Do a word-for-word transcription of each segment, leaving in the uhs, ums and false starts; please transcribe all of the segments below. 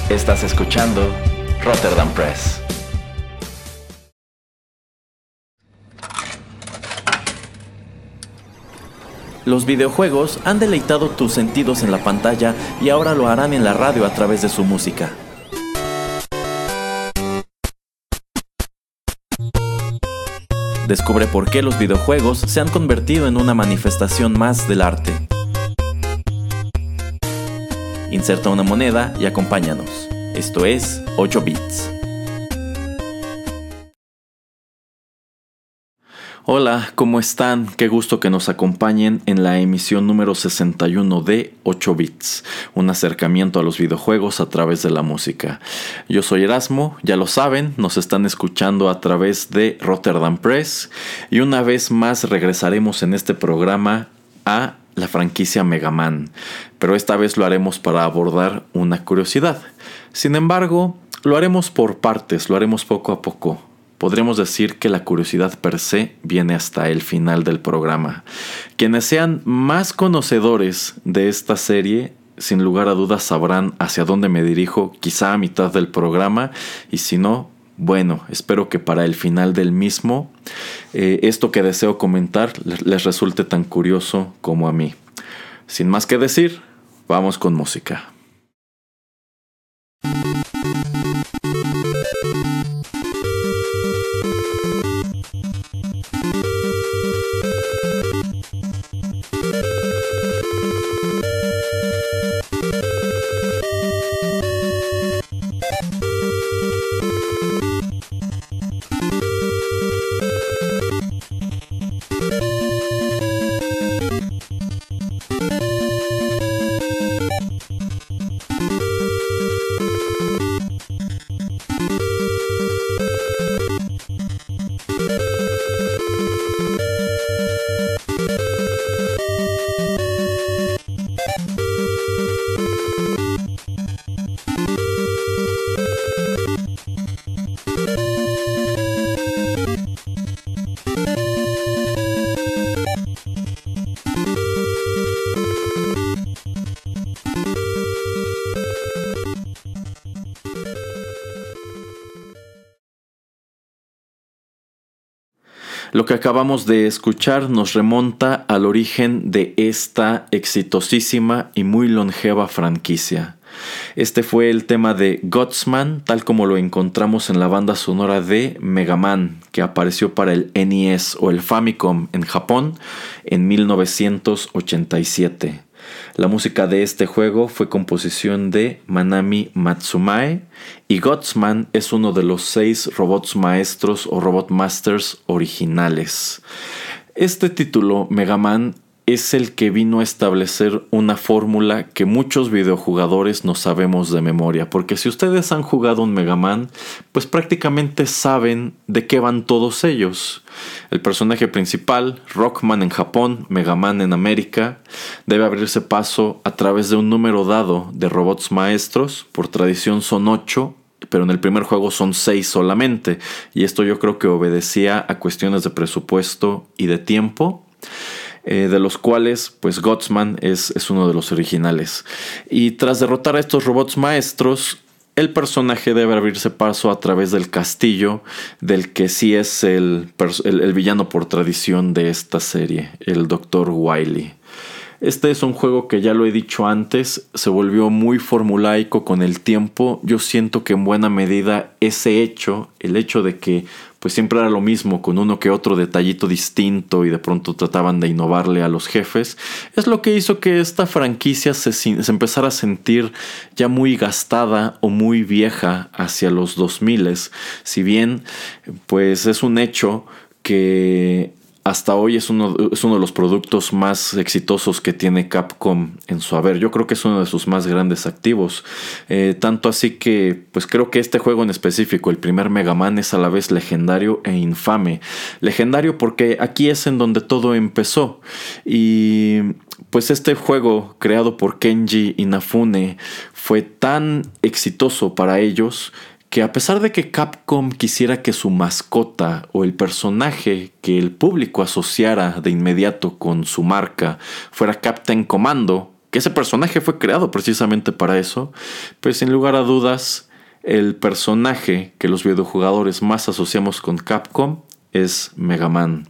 Estás escuchando Rotterdam Press. Los videojuegos han deleitado tus sentidos en la pantalla y ahora lo harán en la radio a través de su música. Descubre por qué los videojuegos se han convertido en una manifestación más del arte. Inserta una moneda y acompáñanos. Esto es ocho bits. Hola, ¿cómo están? Qué gusto que nos acompañen en la emisión número sesenta y uno de ocho bits, un acercamiento a los videojuegos a través de la música. Yo soy Erasmo, ya lo saben, nos están escuchando a través de Rotterdam Press y una vez más regresaremos en este programa a la franquicia Mega Man, pero esta vez lo haremos para abordar una curiosidad. Sin embargo, lo haremos por partes, lo haremos poco a poco. Podremos decir que la curiosidad per se viene hasta el final del programa. Quienes sean más conocedores de esta serie, sin lugar a dudas sabrán hacia dónde me dirijo, quizá a mitad del programa, y si no, bueno, espero que para el final del mismo, eh, esto que deseo comentar les resulte tan curioso como a mí. Sin más que decir, vamos con música. Lo que acabamos de escuchar nos remonta al origen de esta exitosísima y muy longeva franquicia. Este fue el tema de Godsman, tal como lo encontramos en la banda sonora de Mega Man, que apareció para el N E S o el Famicom en Japón en mil novecientos ochenta y siete. La música de este juego fue composición de Manami Matsumae y Godsman es uno de los seis robots maestros o robot masters originales. Este título, Mega Man, es el que vino a establecer una fórmula que muchos videojugadores no sabemos de memoria, porque si ustedes han jugado un Mega Man, pues prácticamente saben de qué van todos ellos. El personaje principal, Rockman en Japón, Mega Man en América, debe abrirse paso a través de un número dado de robots maestros, por tradición son ocho, pero en el primer juego son seis solamente, y esto yo creo que obedecía a cuestiones de presupuesto y de tiempo. Eh, de los cuales pues Godsman es, es uno de los originales. Y tras derrotar a estos robots maestros, el personaje debe abrirse paso a través del castillo del que sí es el, el, el villano por tradición de esta serie, el doctor Wily. Este es un juego que, ya lo he dicho antes, se volvió muy formulaico con el tiempo. Yo siento que en buena medida ese hecho, el hecho de que pues siempre era lo mismo, con uno que otro detallito distinto y de pronto trataban de innovarle a los jefes, es lo que hizo que esta franquicia se, se empezara a sentir ya muy gastada o muy vieja hacia los dos mil. Si bien pues es un hecho que hasta hoy es uno, es uno de los productos más exitosos que tiene Capcom en su haber. Yo creo que es uno de sus más grandes activos. Eh, tanto así que pues creo que este juego en específico, el primer Mega Man, es a la vez legendario e infame. Legendario porque aquí es en donde todo empezó. Y pues este juego, creado por Kenji Inafune, fue tan exitoso para ellos que a pesar de que Capcom quisiera que su mascota o el personaje que el público asociara de inmediato con su marca fuera Captain Commando, que ese personaje fue creado precisamente para eso, pues sin lugar a dudas, el personaje que los videojugadores más asociamos con Capcom es Mega Man.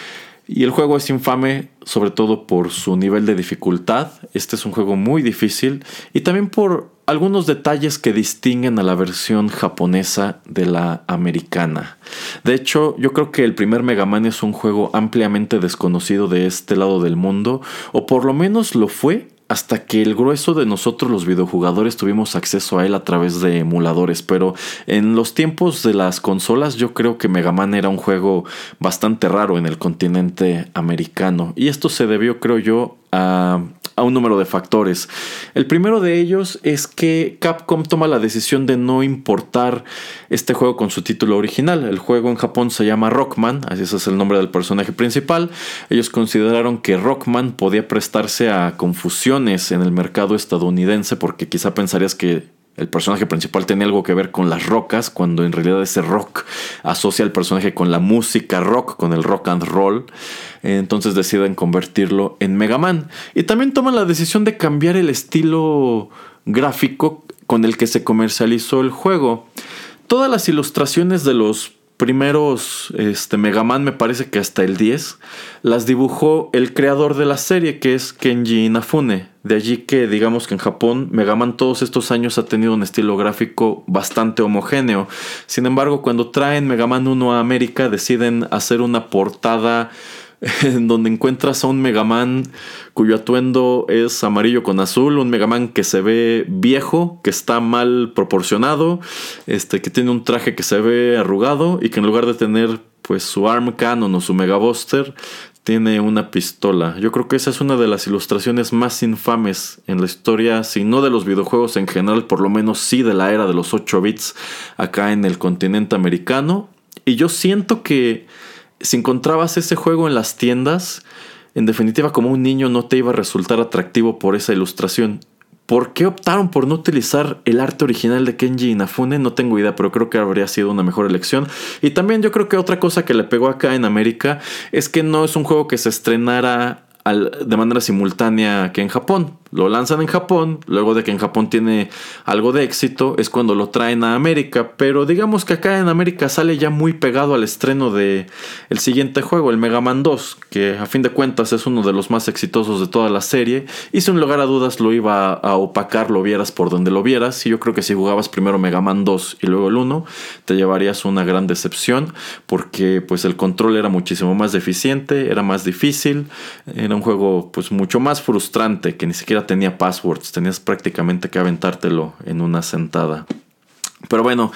Y el juego es infame sobre todo por su nivel de dificultad. Este es un juego muy difícil y también por algunos detalles que distinguen a la versión japonesa de la americana. De hecho, yo creo que el primer Mega Man es un juego ampliamente desconocido de este lado del mundo, o por lo menos lo fue hasta que el grueso de nosotros los videojugadores tuvimos acceso a él a través de emuladores. Pero en los tiempos de las consolas yo creo que Mega Man era un juego bastante raro en el continente americano. Y esto se debió, creo yo, a, a un número de factores. El primero de ellos es que Capcom toma la decisión de no importar este juego con su título original. El juego en Japón se llama Rockman, así ese es el nombre del personaje principal. Ellos consideraron que Rockman podía prestarse a confusión en el mercado estadounidense, porque quizá pensarías que el personaje principal tenía algo que ver con las rocas, cuando en realidad ese rock asocia al personaje con la música rock, con el rock and roll. Entonces deciden convertirlo en Mega Man. Y también toman la decisión de cambiar el estilo gráfico con el que se comercializó el juego. Todas las ilustraciones de los primeros este, Mega Man, me parece que hasta el diez, las dibujó el creador de la serie, que es Kenji Inafune. De allí que digamos que en Japón Mega Man todos estos años ha tenido un estilo gráfico bastante homogéneo. Sin embargo, cuando traen Mega Man uno a América, deciden hacer una portada en donde encuentras a un Mega Man cuyo atuendo es amarillo con azul, un Mega Man que se ve viejo, que está mal proporcionado, este, que tiene un traje que se ve arrugado y que en lugar de tener pues su Arm Cannon o su Mega Buster, tiene una pistola. Yo creo que esa es una de las ilustraciones más infames en la historia, si no de los videojuegos en general, por lo menos sí de la era de los ocho bits acá en el continente americano. Y yo siento que si encontrabas ese juego en las tiendas, en definitiva como un niño no te iba a resultar atractivo por esa ilustración. ¿Por qué optaron por no utilizar el arte original de Kenji Inafune? No tengo idea, pero creo que habría sido una mejor elección. Y también yo creo que otra cosa que le pegó acá en América es que no es un juego que se estrenara al, de manera simultánea que en Japón. Lo lanzan en Japón, luego de que en Japón tiene algo de éxito, es cuando lo traen a América. Pero digamos que acá en América sale ya muy pegado al estreno de el siguiente juego, el Mega Man dos, que a fin de cuentas es uno de los más exitosos de toda la serie. Y sin lugar a dudas lo iba a opacar, lo vieras por donde lo vieras. Y yo creo que si jugabas primero Mega Man dos y luego el uno, te llevarías una gran decepción, porque pues el control era muchísimo más deficiente, era más difícil, era un juego pues mucho más frustrante, que ni siquiera tenía passwords, tenías prácticamente que aventártelo en una sentada. Pero bueno,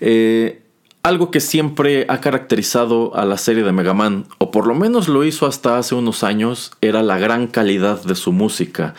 eh, algo que siempre ha caracterizado a la serie de Mega Man, o por lo menos lo hizo hasta hace unos años, era la gran calidad de su música.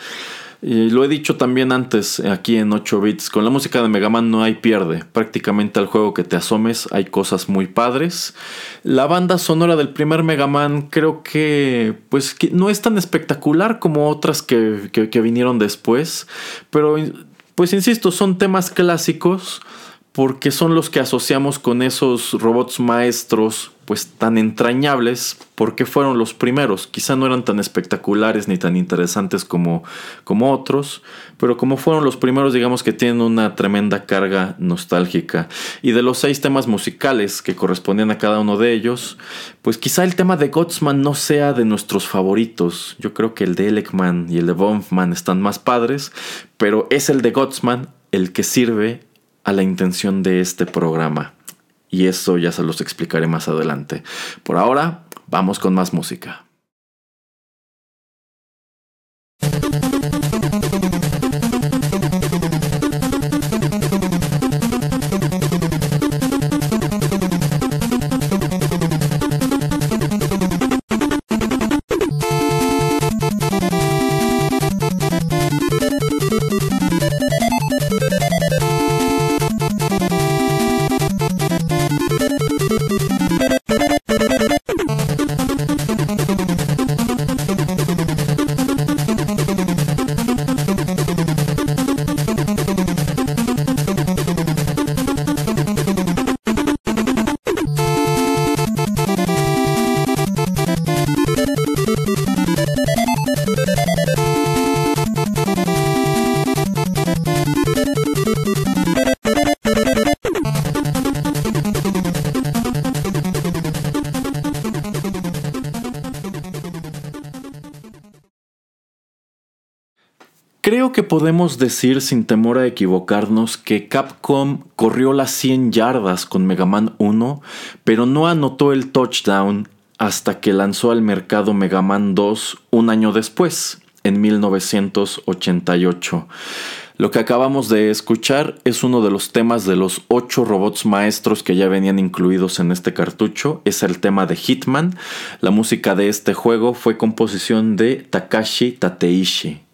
Y lo he dicho también antes aquí en ocho bits, con la música de Mega Man no hay pierde. Prácticamente al juego que te asomes hay cosas muy padres. La banda sonora del primer Mega Man creo que pues que no es tan espectacular como otras que, que, que vinieron después. Pero pues insisto, son temas clásicos porque son los que asociamos con esos robots maestros pues tan entrañables, porque fueron los primeros. Quizá no eran tan espectaculares ni tan interesantes como, como otros, pero como fueron los primeros, digamos que tienen una tremenda carga nostálgica. Y de los seis temas musicales que correspondían a cada uno de ellos, pues quizá el tema de Godsman no sea de nuestros favoritos. Yo creo que el de Elecman y el de Bombman están más padres, pero es el de Godsman el que sirve a la intención de este programa. Y eso ya se los explicaré más adelante. Por ahora, vamos con más música. Creo que podemos decir sin temor a equivocarnos que Capcom corrió las cien yardas con Mega Man uno, pero no anotó el touchdown hasta que lanzó al mercado Mega Man dos un año después, en mil novecientos ochenta y ocho. Lo que acabamos de escuchar es uno de los temas de los ocho robots maestros que ya venían incluidos en este cartucho. Es el tema de Hitman. La música de este juego fue composición de Takashi Tateishi.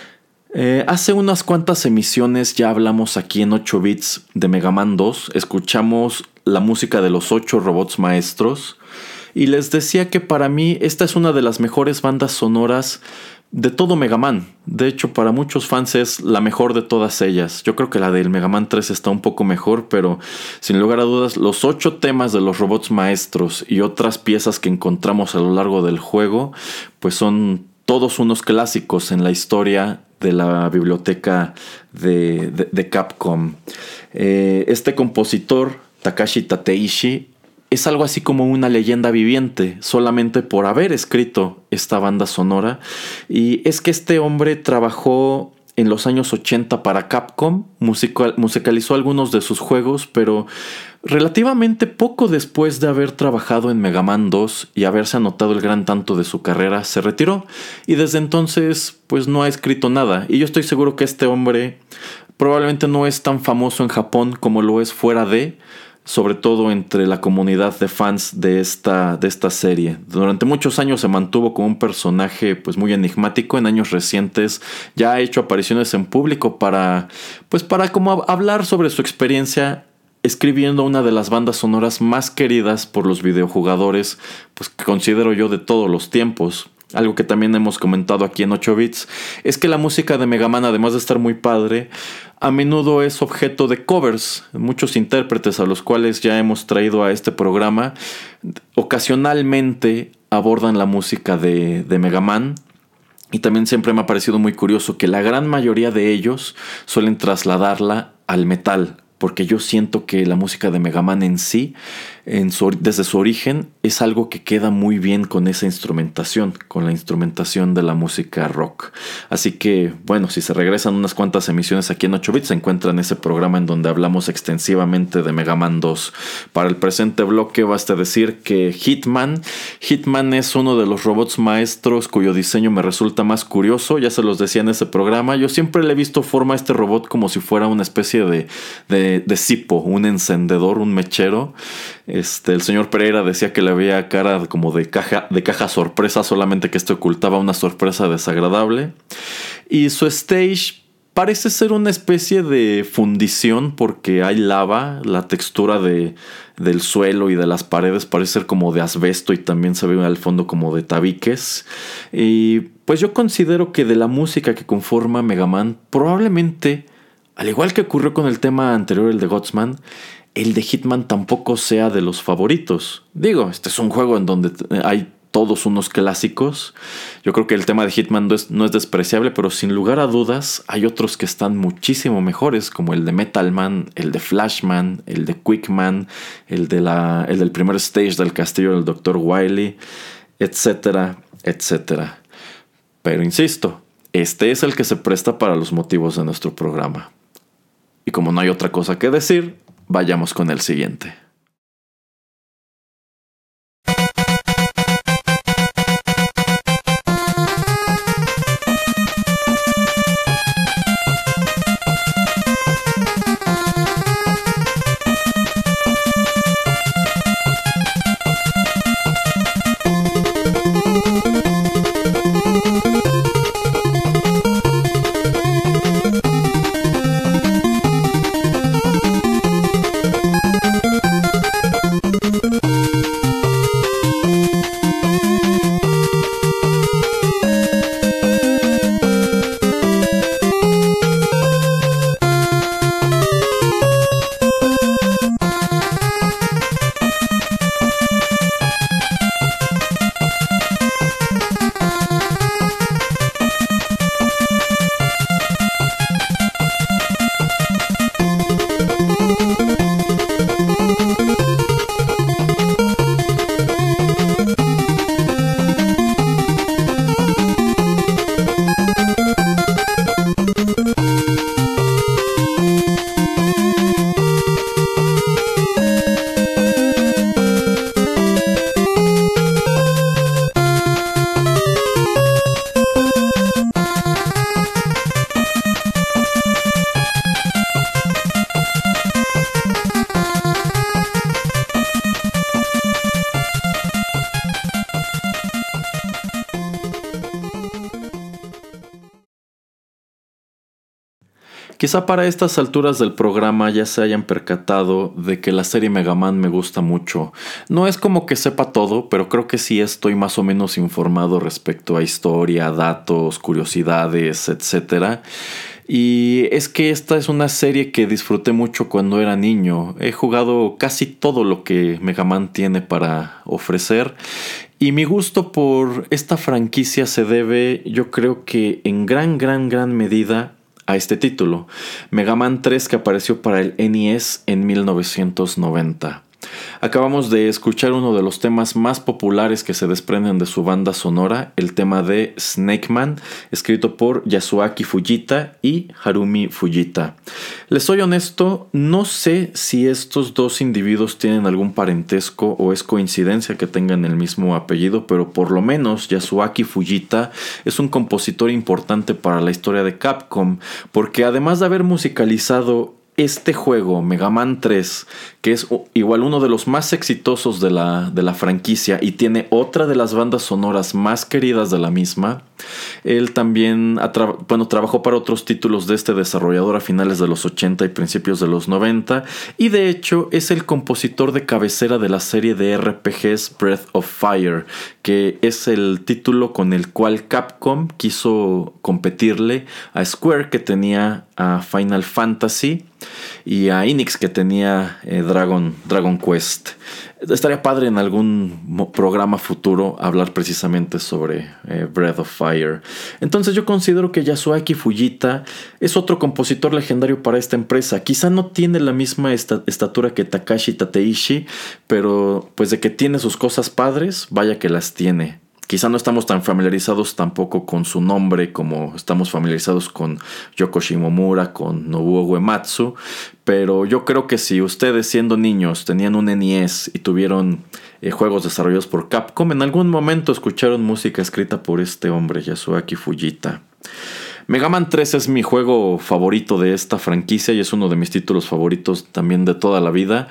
Eh, hace unas cuantas emisiones ya hablamos aquí en ocho bits de Mega Man dos. Escuchamos la música de los ocho robots maestros. Y les decía que para mí esta es una de las mejores bandas sonoras de todo Mega Man. De hecho, para muchos fans es la mejor de todas ellas. Yo creo que la del Mega Man tres está un poco mejor, pero sin lugar a dudas, los ocho temas de los robots maestros y otras piezas que encontramos a lo largo del juego, pues son todos unos clásicos en la historia de la biblioteca de, de, de Capcom. Eh, este compositor, Takashi Tateishi, es algo así como una leyenda viviente, solamente por haber escrito esta banda sonora. Y es que este hombre trabajó en los años ochenta para Capcom, musical, musicalizó algunos de sus juegos, pero relativamente poco después de haber trabajado en Mega Man dos y haberse anotado el gran tanto de su carrera, se retiró. Y desde entonces, pues no ha escrito nada. Y yo estoy seguro que este hombre probablemente no es tan famoso en Japón como lo es fuera de... sobre todo entre la comunidad de fans de esta, de esta serie. Durante muchos años se mantuvo como un personaje pues muy enigmático. En años recientes ya ha hecho apariciones en público para, pues para como hablar sobre su experiencia escribiendo una de las bandas sonoras más queridas por los videojugadores, pues que considero yo de todos los tiempos. Algo que también hemos comentado aquí en ocho bits es que la música de Mega Man, además de estar muy padre, a menudo es objeto de covers. Muchos intérpretes a los cuales ya hemos traído a este programa ocasionalmente abordan la música de, de Mega Man. Y también siempre me ha parecido muy curioso que la gran mayoría de ellos suelen trasladarla al metal, porque yo siento que la música de Mega Man en sí, en su, desde su origen, es algo que queda muy bien con esa instrumentación, con la instrumentación de la música rock. Así que, bueno, si se regresan unas cuantas emisiones aquí en ocho bits, se encuentran ese programa en donde hablamos extensivamente de Mega Man dos. Para el presente bloque basta decir que Hitman, Hitman es uno de los robots maestros cuyo diseño me resulta más curioso. Ya se los decía en ese programa, yo siempre le he visto forma a este robot como si fuera una especie de, de, de cipo, un encendedor, un mechero. Este, el señor Pereira decía que le veía cara como de caja, de caja sorpresa, solamente que este ocultaba una sorpresa desagradable. Y su stage parece ser una especie de fundición porque hay lava, la textura de, del suelo y de las paredes parece ser como de asbesto y también se ve al fondo como de tabiques. Y pues yo considero que de la música que conforma Mega Man, probablemente, al igual que ocurrió con el tema anterior, el de Godsman, el de Hitman tampoco sea de los favoritos. Digo, este es un juego en donde hay todos unos clásicos. Yo creo que el tema de Hitman no es, no es despreciable, pero sin lugar a dudas hay otros que están muchísimo mejores, como el de Metal Man, el de Flashman, el de Quickman, el, de la, el del primer stage del castillo del doctor Wily, etcétera, etcétera. Pero insisto, este es el que se presta para los motivos de nuestro programa. Y como no hay otra cosa que decir, vayamos con el siguiente. Quizá para estas alturas del programa ya se hayan percatado de que la serie Mega Man me gusta mucho. No es como que sepa todo, pero creo que sí estoy más o menos informado respecto a historia, datos, curiosidades, etcétera. Y es que esta es una serie que disfruté mucho cuando era niño. He jugado casi todo lo que Mega Man tiene para ofrecer. Y mi gusto por esta franquicia se debe, yo creo que en gran, gran, gran medida a este título. Mega Man tres, que apareció para el N E S en mil novecientos noventa. Acabamos de escuchar uno de los temas más populares que se desprenden de su banda sonora, el tema de Snake Man, escrito por Yasuaki Fujita y Harumi Fujita. Les soy honesto, no sé si estos dos individuos tienen algún parentesco o es coincidencia que tengan el mismo apellido, pero por lo menos Yasuaki Fujita es un compositor importante para la historia de Capcom, porque además de haber musicalizado este juego, Mega Man tres, que es igual uno de los más exitosos de la, de la franquicia y tiene otra de las bandas sonoras más queridas de la misma, él también ha tra- bueno, trabajó para otros títulos de este desarrollador a finales de los ochenta y principios de los noventa, y de hecho es el compositor de cabecera de la serie de R P Gs Breath of Fire, que es el título con el cual Capcom quiso competirle a Square, que tenía a Final Fantasy, y a Enix, que tenía eh, Dragon, Dragon Quest. Estaría padre en algún programa futuro hablar precisamente sobre eh, Breath of Fire. Entonces yo considero que Yasuaki Fujita es otro compositor legendario para esta empresa. Quizá no tiene la misma esta- estatura que Takashi Tateishi, pero pues de que tiene sus cosas padres, vaya que las tiene. Quizá no estamos tan familiarizados tampoco con su nombre como estamos familiarizados con Yoko Shimomura, con Nobuo Uematsu, pero yo creo que si ustedes siendo niños tenían un N E S y tuvieron eh, juegos desarrollados por Capcom, en algún momento escucharon música escrita por este hombre, Yasuaki Fujita. Mega Man tres es mi juego favorito de esta franquicia y es uno de mis títulos favoritos también de toda la vida,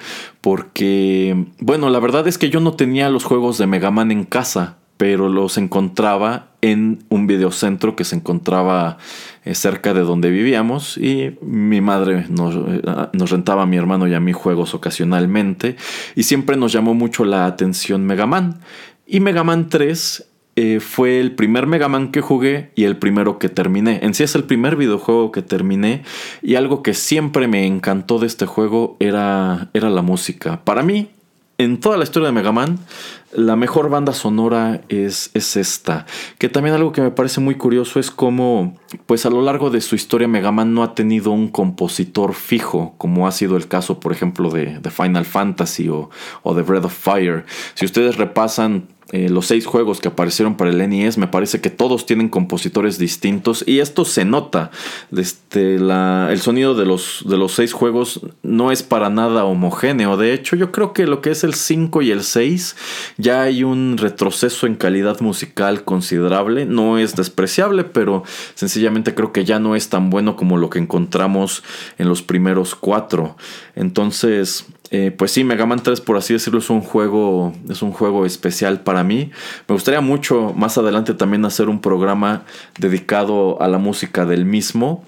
porque, bueno, la verdad es que yo no tenía los juegos de Mega Man en casa, pero los encontraba en un videocentro que se encontraba eh, cerca de donde vivíamos, y mi madre nos, eh, nos rentaba a mi hermano y a mí juegos ocasionalmente, y siempre nos llamó mucho la atención Mega Man. Y Mega Man tres eh, fue el primer Mega Man que jugué y el primero que terminé. En sí es el primer videojuego que terminé, y algo que siempre me encantó de este juego era, era la música. Para mí, en toda la historia de Mega Man, la mejor banda sonora es, es esta. Que también algo que me parece muy curioso es cómo, pues a lo largo de su historia, Mega Man no ha tenido un compositor fijo, como ha sido el caso, por ejemplo, de, de Final Fantasy o, o de Breath of Fire. Si ustedes repasan Eh, los seis juegos que aparecieron para el N E S, me parece que todos tienen compositores distintos, y esto se nota. Este, la, el sonido de los, de los seis juegos no es para nada homogéneo. De hecho, yo creo que lo que es el cinco y el seis ya hay un retroceso en calidad musical considerable. No es despreciable, pero sencillamente creo que ya no es tan bueno como lo que encontramos en los primeros cuatro. Entonces, Eh, pues sí, Mega Man tres, por así decirlo, es un juego, es un juego especial para mí. Me gustaría mucho más adelante también hacer un programa dedicado a la música del mismo.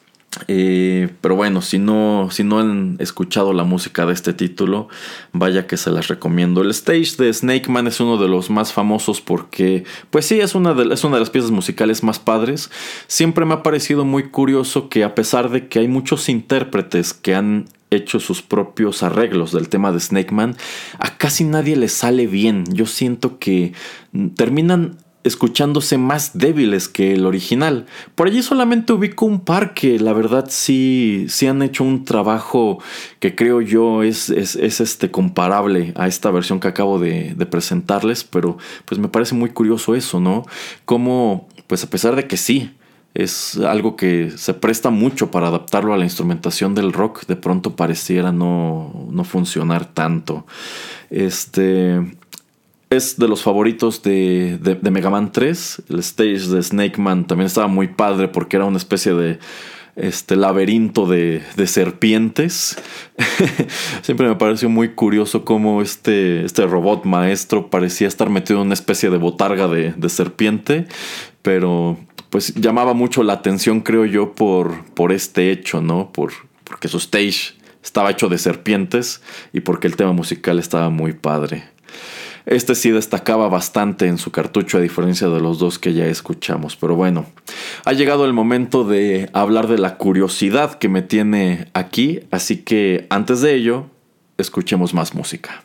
Eh, pero bueno, si no, si no han escuchado la música de este título, vaya que se las recomiendo. El stage de Snake Man es uno de los más famosos porque, pues sí, es una de, es una de las piezas musicales más padres. Siempre me ha parecido muy curioso que, a pesar de que hay muchos intérpretes que han hecho sus propios arreglos del tema de Snake Man, a casi nadie le sale bien. Yo siento que terminan escuchándose más débiles que el original. Por allí solamente ubico un par que la verdad sí, sí han hecho un trabajo que creo yo es, es, es este comparable a esta versión que acabo de, de presentarles, pero pues me parece muy curioso eso, ¿no? Como, pues a pesar de que sí, es algo que se presta mucho para adaptarlo a la instrumentación del rock, de pronto pareciera no, no funcionar tanto. Este es de los favoritos de, de, de Mega Man tres. El stage de Snake Man también estaba muy padre porque era una especie de este laberinto de, de serpientes. Siempre me pareció muy curioso cómo este, este robot maestro parecía estar metido en una especie de botarga de, de serpiente, pero pues llamaba mucho la atención, creo yo, por, por este hecho, ¿no? Por, porque su stage estaba hecho de serpientes y porque el tema musical estaba muy padre. Este sí destacaba bastante en su cartucho, a diferencia de los dos que ya escuchamos. Pero bueno, ha llegado el momento de hablar de la curiosidad que me tiene aquí, así que antes de ello, escuchemos más música.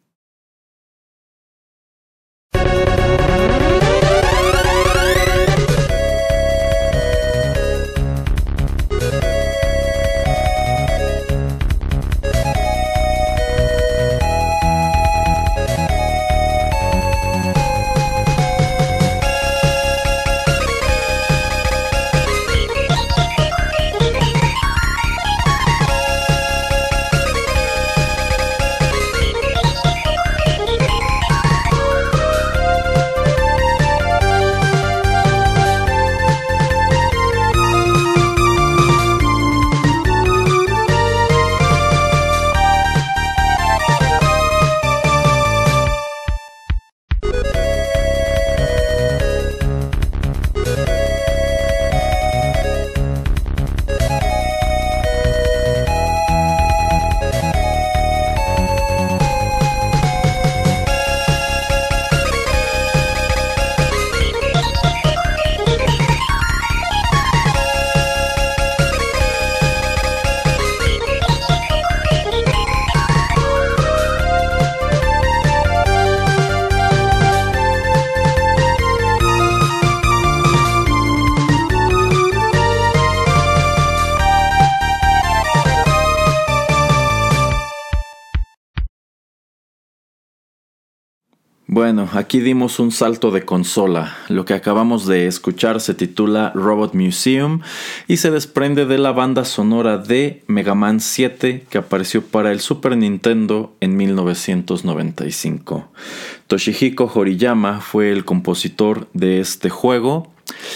Bueno, aquí dimos un salto de consola. Lo que acabamos de escuchar se titula Robot Museum y se desprende de la banda sonora de Mega Man siete que apareció para el Super Nintendo en mil novecientos noventa y cinco. Toshihiko Horiyama fue el compositor de este juego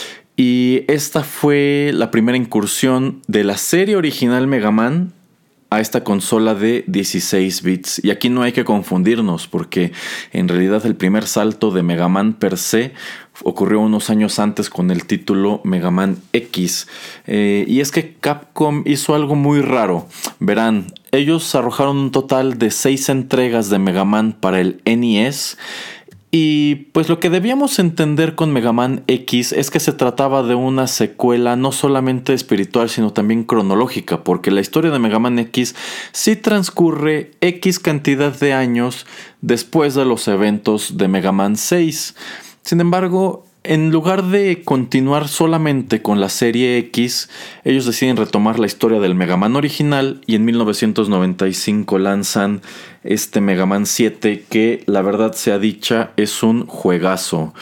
y esta fue la primera incursión de la serie original Mega Man a esta consola de dieciséis bits. Y aquí no hay que confundirnos porque en realidad el primer salto de Mega Man per se ocurrió unos años antes con el título Mega Man X. Eh, y es que Capcom hizo algo muy raro. Verán, ellos arrojaron un total de seis entregas de Mega Man para el N E S. Y pues lo que debíamos entender con Mega Man X es que se trataba de una secuela no solamente espiritual sino también cronológica, porque la historia de Mega Man X sí transcurre X cantidad de años después de los eventos de Mega Man seis. Sin embargo, en lugar de continuar solamente con la serie X, ellos deciden retomar la historia del Mega Man original y en mil novecientos noventa y cinco lanzan este Mega Man siete que, la verdad sea dicha, es un juegazo.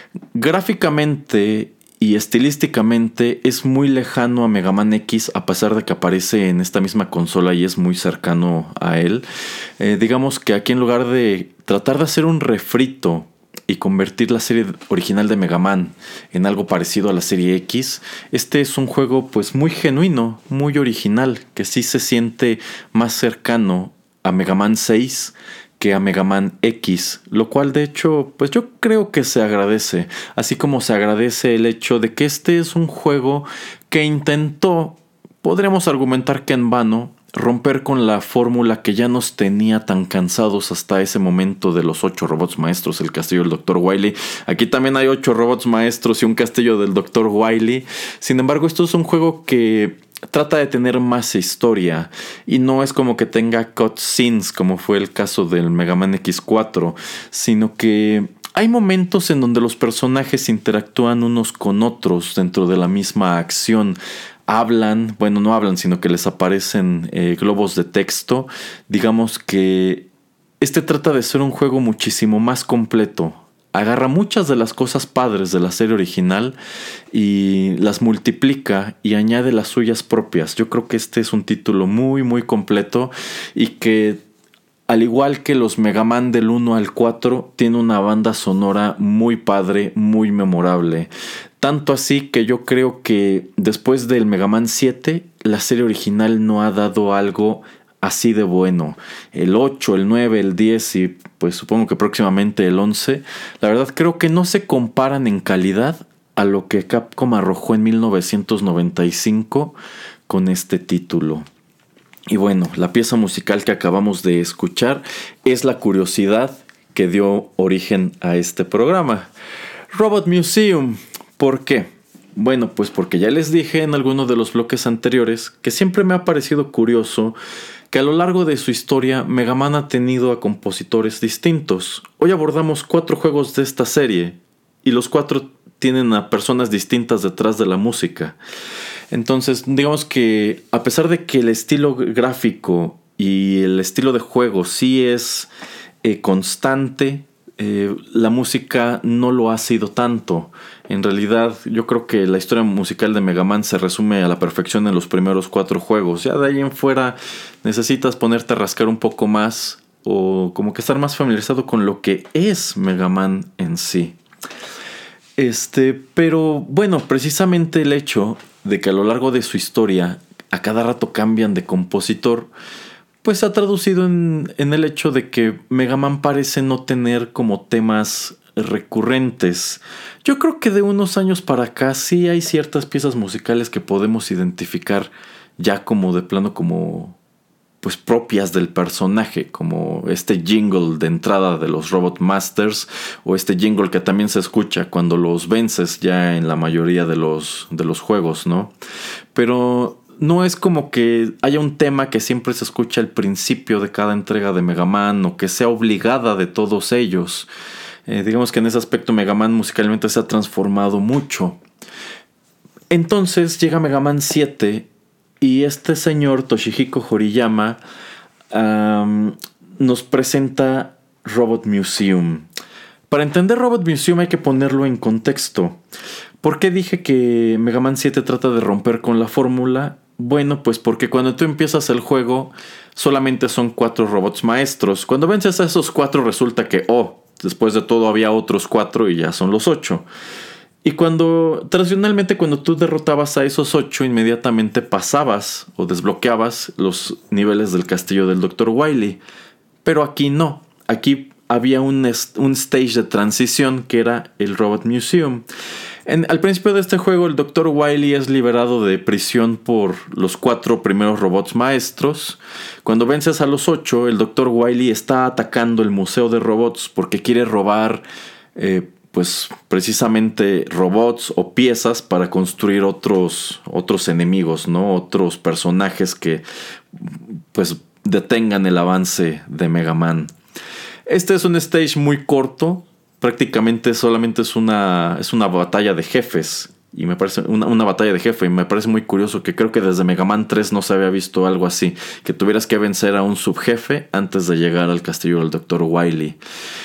Gráficamente y estilísticamente es muy lejano a Mega Man X, a pesar de que aparece en esta misma consola y es muy cercano a él. Eh, digamos que aquí, en lugar de tratar de hacer un refrito y convertir la serie original de Mega Man en algo parecido a la serie X, este es un juego pues muy genuino, muy original, que sí se siente más cercano a Mega Man seis que a Mega Man X, lo cual de hecho pues yo creo que se agradece, así como se agradece el hecho de que este es un juego que intentó, podríamos argumentar que en vano, romper con la fórmula que ya nos tenía tan cansados hasta ese momento de los ocho robots maestros, el castillo del doctor Wily. Aquí también hay ocho robots maestros y un castillo del doctor Wily. Sin embargo, esto es un juego que trata de tener más historia y no es como que tenga cutscenes como fue el caso del Mega Man X cuatro, sino que hay momentos en donde los personajes interactúan unos con otros dentro de la misma acción. Hablan, bueno, no hablan, sino que les aparecen eh, globos de texto. Digamos que este trata de ser un juego muchísimo más completo. Agarra muchas de las cosas padres de la serie original y las multiplica y añade las suyas propias. Yo creo que este es un título muy, muy completo y que, al igual que los Mega Man del uno al cuatro, tiene una banda sonora muy padre, muy memorable. Tanto así que yo creo que después del Mega Man siete, la serie original no ha dado algo así de bueno. El ocho, el nueve, el diez y pues supongo que próximamente el once, la verdad creo que no se comparan en calidad a lo que Capcom arrojó en mil novecientos noventa y cinco con este título. Y bueno, la pieza musical que acabamos de escuchar es la curiosidad que dio origen a este programa. Robot Museum, ¿por qué? Bueno, pues porque ya les dije en alguno de los bloques anteriores que siempre me ha parecido curioso que a lo largo de su historia Mega Man ha tenido a compositores distintos. Hoy abordamos cuatro juegos de esta serie y los cuatro tienen a personas distintas detrás de la música. Entonces, digamos que a pesar de que el estilo gráfico y el estilo de juego sí es eh, constante, eh, la música no lo ha sido tanto. En realidad, yo creo que la historia musical de Mega Man se resume a la perfección en los primeros cuatro juegos. Ya de ahí en fuera necesitas ponerte a rascar un poco más o como que estar más familiarizado con lo que es Mega Man en sí. Este, pero bueno, precisamente el hecho de que a lo largo de su historia a cada rato cambian de compositor, pues ha traducido en, en el hecho de que Mega Man parece no tener como temas recurrentes. Yo creo que de unos años para acá sí hay ciertas piezas musicales que podemos identificar ya como de plano como pues propias del personaje, como este jingle de entrada de los Robot Masters o este jingle que también se escucha cuando los vences ya en la mayoría de los, de los juegos, ¿no? Pero no es como que haya un tema que siempre se escucha al principio de cada entrega de Mega Man o que sea obligada de todos ellos. Eh, digamos que en ese aspecto Mega Man musicalmente se ha transformado mucho. Entonces llega Mega Man siete y este señor Toshihiko Horiyama um, nos presenta Robot Museum. Para entender Robot Museum hay que ponerlo en contexto. ¿Por qué dije que Mega Man siete trata de romper con la fórmula? Bueno, pues porque cuando tú empiezas el juego solamente son cuatro robots maestros. Cuando vences a esos cuatro resulta que, oh, después de todo había otros cuatro y ya son los ocho. Y cuando, tradicionalmente cuando tú derrotabas a esos ocho, inmediatamente pasabas o desbloqueabas los niveles del castillo del doctor Wily. Pero aquí no. Aquí había un, un stage de transición que era el Robot Museum. En, al principio de este juego, el doctor Wily es liberado de prisión por los cuatro primeros robots maestros. Cuando vences a los ocho, el doctor Wily está atacando el museo de robots porque quiere robar eh, pues precisamente robots o piezas para construir otros, otros enemigos, ¿no? Otros personajes que pues detengan el avance de Mega Man. Este es un stage muy corto. Prácticamente solamente es una, es una batalla de jefes. Y me parece una, una batalla de jefe. Y me parece muy curioso que creo que desde Mega Man tres no se había visto algo así. Que tuvieras que vencer a un subjefe antes de llegar al castillo del doctor Wily.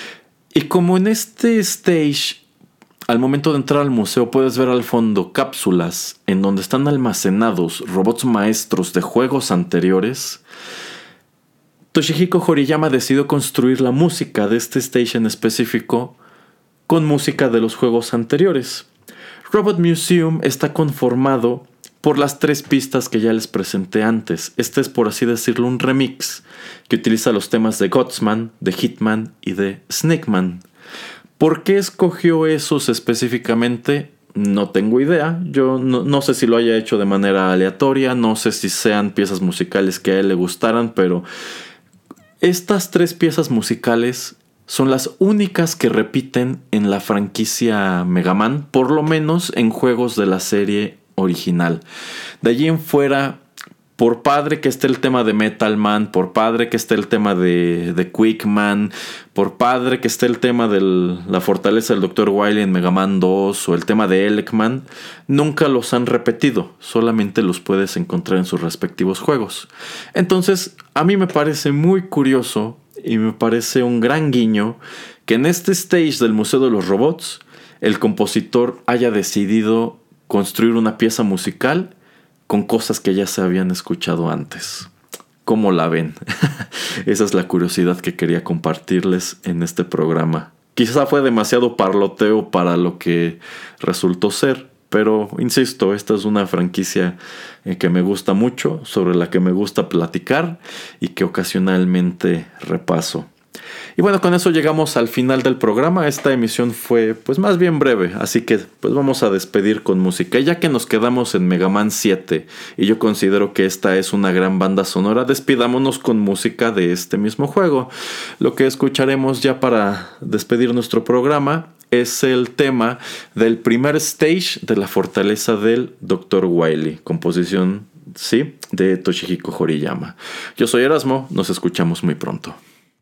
Y como en este stage, al momento de entrar al museo puedes ver al fondo cápsulas en donde están almacenados robots maestros de juegos anteriores, Toshihiko Horiyama decidió construir la música de este stage en específico con música de los juegos anteriores. Robot Museum está conformado por las tres pistas que ya les presenté antes. Este es, por así decirlo, un remix que utiliza los temas de Godsman, de Hitman y de Snake Man. ¿Por qué escogió esos específicamente? No tengo idea. Yo no, no sé si lo haya hecho de manera aleatoria, no sé si sean piezas musicales que a él le gustaran, pero estas tres piezas musicales son las únicas que repiten en la franquicia Mega Man, por lo menos en juegos de la serie original. De allí en fuera, por padre que esté el tema de Metal Man, por padre que esté el tema de, de Quick Man, por padre que esté el tema de la fortaleza del doctor Wily en Mega Man dos o el tema de Elecman, nunca los han repetido, solamente los puedes encontrar en sus respectivos juegos. Entonces, a mí me parece muy curioso y me parece un gran guiño que en este stage del Museo de los Robots el compositor haya decidido construir una pieza musical con cosas que ya se habían escuchado antes. ¿Cómo la ven? Esa es la curiosidad que quería compartirles en este programa. Quizá fue demasiado parloteo para lo que resultó ser, pero insisto, esta es una franquicia que me gusta mucho, sobre la que me gusta platicar y que ocasionalmente repaso. Y bueno, con eso llegamos al final del programa. Esta emisión fue pues más bien breve, así que pues vamos a despedir con música. Y ya que nos quedamos en Mega Man siete y yo considero que esta es una gran banda sonora, despidámonos con música de este mismo juego. Lo que escucharemos ya para despedir nuestro programa es el tema del primer stage de la fortaleza del doctor Wily, composición, sí, de Toshihiko Horiyama. Yo soy Erasmo, nos escuchamos muy pronto.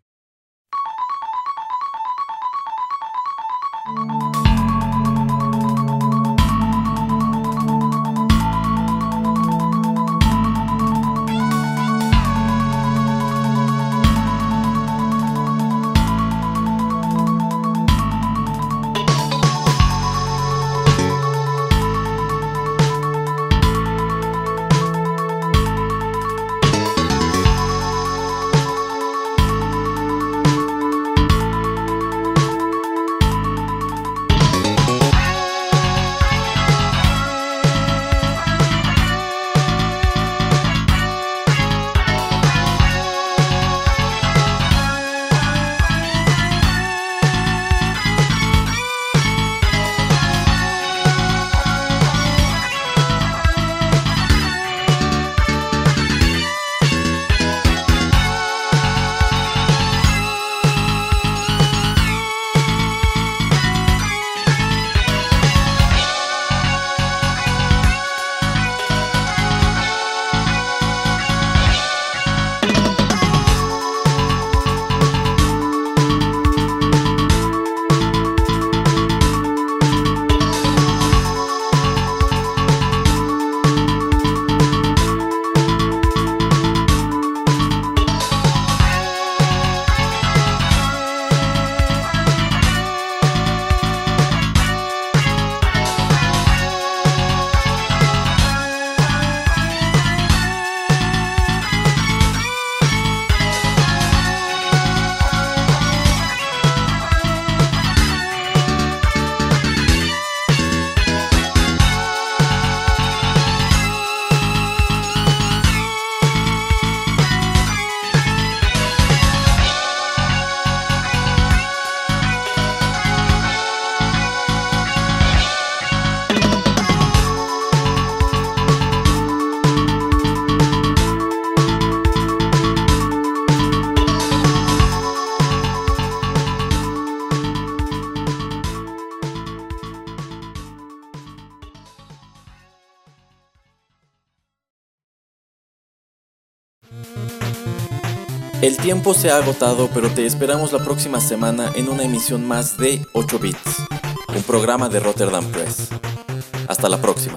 El tiempo se ha agotado, pero te esperamos la próxima semana en una emisión más de ocho bits, un programa de Rotterdam Press. Hasta la próxima.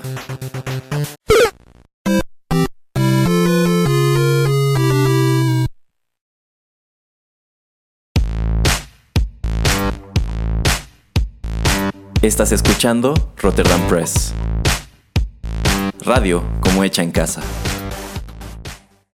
Estás escuchando Rotterdam Press. Radio como hecha en casa.